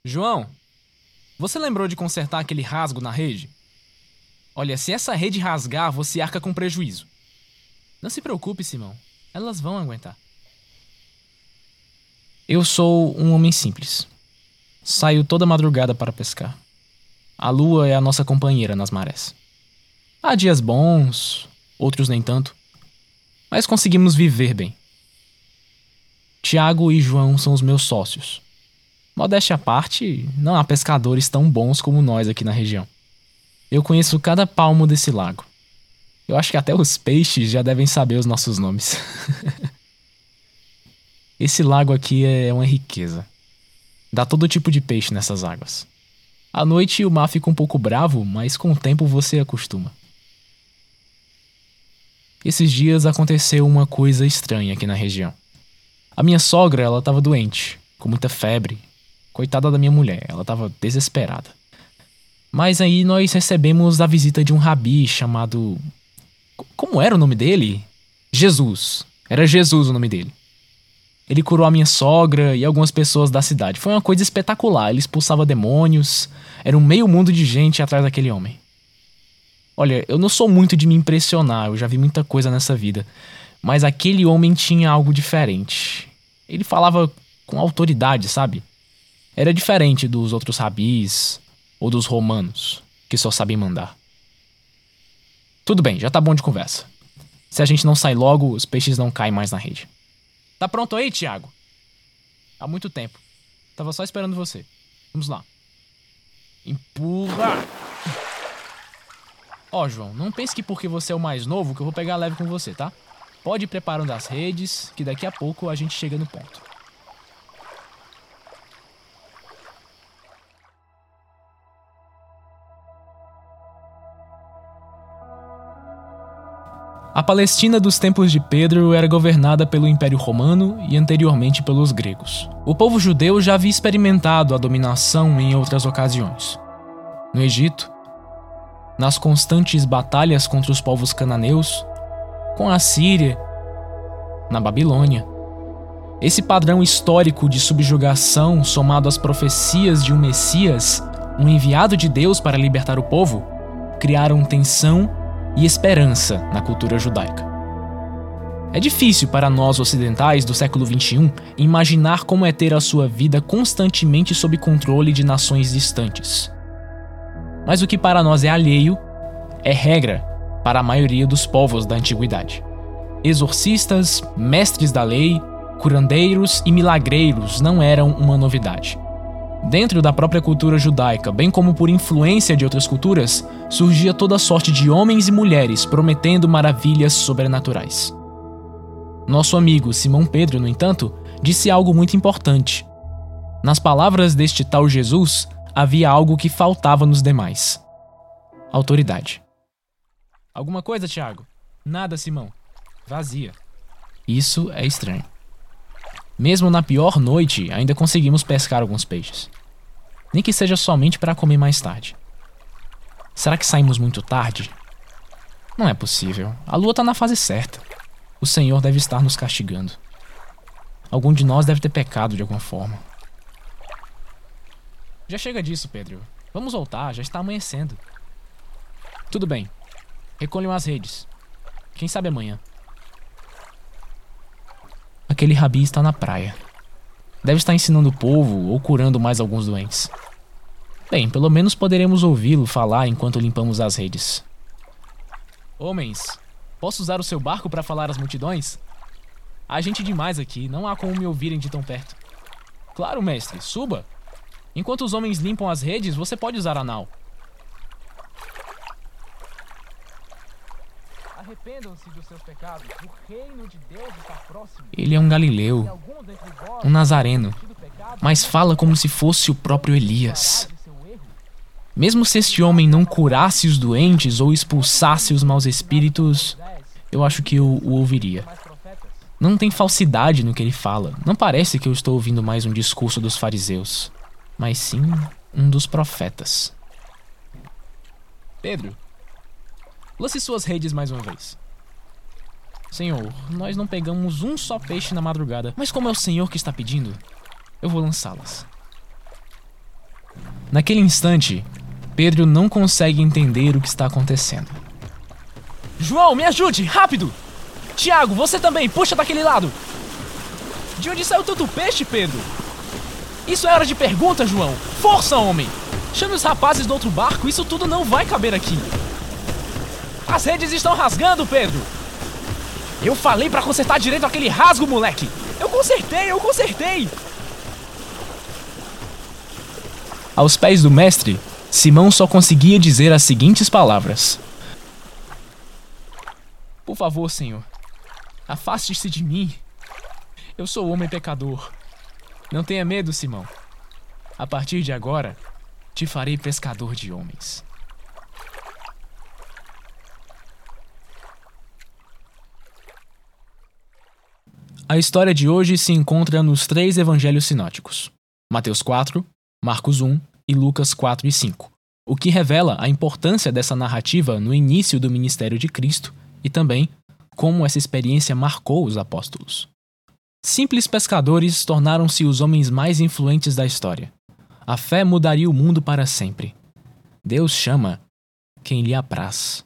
João, você lembrou de consertar aquele rasgo na rede? Olha, se essa rede rasgar, você arca com prejuízo. Não se preocupe, Simão. Elas vão aguentar. Eu sou um homem simples. Saio toda madrugada para pescar. A lua é a nossa companheira nas marés. Há dias bons, outros nem tanto. Mas conseguimos viver bem. Tiago e João são os meus sócios. Modéstia à parte, não há pescadores tão bons como nós aqui na região. Eu conheço cada palmo desse lago. Eu acho que até os peixes já devem saber os nossos nomes. Esse lago aqui é uma riqueza. Dá todo tipo de peixe nessas águas. À noite o mar fica um pouco bravo, mas com o tempo você acostuma. Esses dias aconteceu uma coisa estranha aqui na região. A minha sogra, ela estava doente, com muita febre. Coitada da minha mulher, ela estava desesperada. Mas aí nós recebemos a visita de um rabi chamado... Como era o nome dele? Jesus. Era Jesus o nome dele. Ele curou a minha sogra e algumas pessoas da cidade. Foi uma coisa espetacular. Ele expulsava demônios. Era um meio mundo de gente atrás daquele homem. Olha, eu não sou muito de me impressionar. Eu já vi muita coisa nessa vida. Mas aquele homem tinha algo diferente. Ele falava com autoridade, sabe? Era diferente dos outros rabis ou dos romanos, que só sabem mandar. Tudo bem, já tá bom de conversa. Se a gente não sai logo, os peixes não caem mais na rede. Tá pronto aí, Tiago? Há muito tempo. Tava só esperando você. Vamos lá. Empurra! Ó, João, não pense que porque você é o mais novo que eu vou pegar leve com você, tá? Pode ir preparando as redes, que daqui a pouco a gente chega no ponto. A Palestina dos tempos de Pedro era governada pelo Império Romano e anteriormente pelos gregos. O povo judeu já havia experimentado a dominação em outras ocasiões. No Egito, nas constantes batalhas contra os povos cananeus, com a Síria, na Babilônia. Esse padrão histórico de subjugação, somado às profecias de um Messias, um enviado de Deus para libertar o povo, criaram tensão e esperança na cultura judaica. É difícil para nós ocidentais do século XXI imaginar como é ter a sua vida constantemente sob controle de nações distantes. Mas o que para nós é alheio é regra para a maioria dos povos da antiguidade. Exorcistas, mestres da lei, curandeiros e milagreiros não eram uma novidade. Dentro da própria cultura judaica, bem como por influência de outras culturas, surgia toda sorte de homens e mulheres prometendo maravilhas sobrenaturais. Nosso amigo Simão Pedro, no entanto, disse algo muito importante. Nas palavras deste tal Jesus, havia algo que faltava nos demais: autoridade. Alguma coisa, Tiago? Nada, Simão. Vazia. Isso é estranho. Mesmo na pior noite, ainda conseguimos pescar alguns peixes. Nem que seja somente para comer mais tarde. Será que saímos muito tarde? Não é possível. A lua está na fase certa. O Senhor deve estar nos castigando. Algum de nós deve ter pecado de alguma forma. Já chega disso, Pedro. Vamos voltar, já está amanhecendo. Tudo bem. Recolham as redes. Quem sabe amanhã. Aquele rabi está na praia. Deve estar ensinando o povo ou curando mais alguns doentes. Bem, pelo menos poderemos ouvi-lo falar enquanto limpamos as redes. Homens, posso usar o seu barco para falar às multidões? Há gente demais aqui, não há como me ouvirem de tão perto. Claro, mestre, suba. Enquanto os homens limpam as redes, você pode usar a nau. Arrependam-se dos seus pecados, o reino de Deus está próximo. Ele é um galileu, um nazareno, mas fala como se fosse o próprio Elias. Mesmo se este homem não curasse os doentes ou expulsasse os maus espíritos, eu acho que eu o ouviria. Não tem falsidade no que ele fala. Não parece que eu estou ouvindo mais um discurso dos fariseus, mas sim um dos profetas. Pedro, lance suas redes mais uma vez. Senhor, nós não pegamos um só peixe na madrugada, mas como é o Senhor que está pedindo, eu vou lançá-las. Naquele instante, Pedro não consegue entender o que está acontecendo. João, me ajude, rápido! Tiago, você também, puxa daquele lado! De onde saiu tanto peixe, Pedro? Isso é hora de pergunta, João! Força, homem! Chame os rapazes do outro barco, isso tudo não vai caber aqui! As redes estão rasgando, Pedro! Eu falei pra consertar direito aquele rasgo, moleque! Eu consertei! Aos pés do mestre, Simão só conseguia dizer as seguintes palavras: Por favor, Senhor, afaste-se de mim. Eu sou homem pecador. Não tenha medo, Simão. A partir de agora, te farei pescador de homens. A história de hoje se encontra nos 3 evangelhos sinóticos: Mateus 4, Marcos 1 e Lucas 4 e 5, o que revela a importância dessa narrativa no início do ministério de Cristo e também como essa experiência marcou os apóstolos. Simples pescadores tornaram-se os homens mais influentes da história. A fé mudaria o mundo para sempre. Deus chama quem lhe apraz.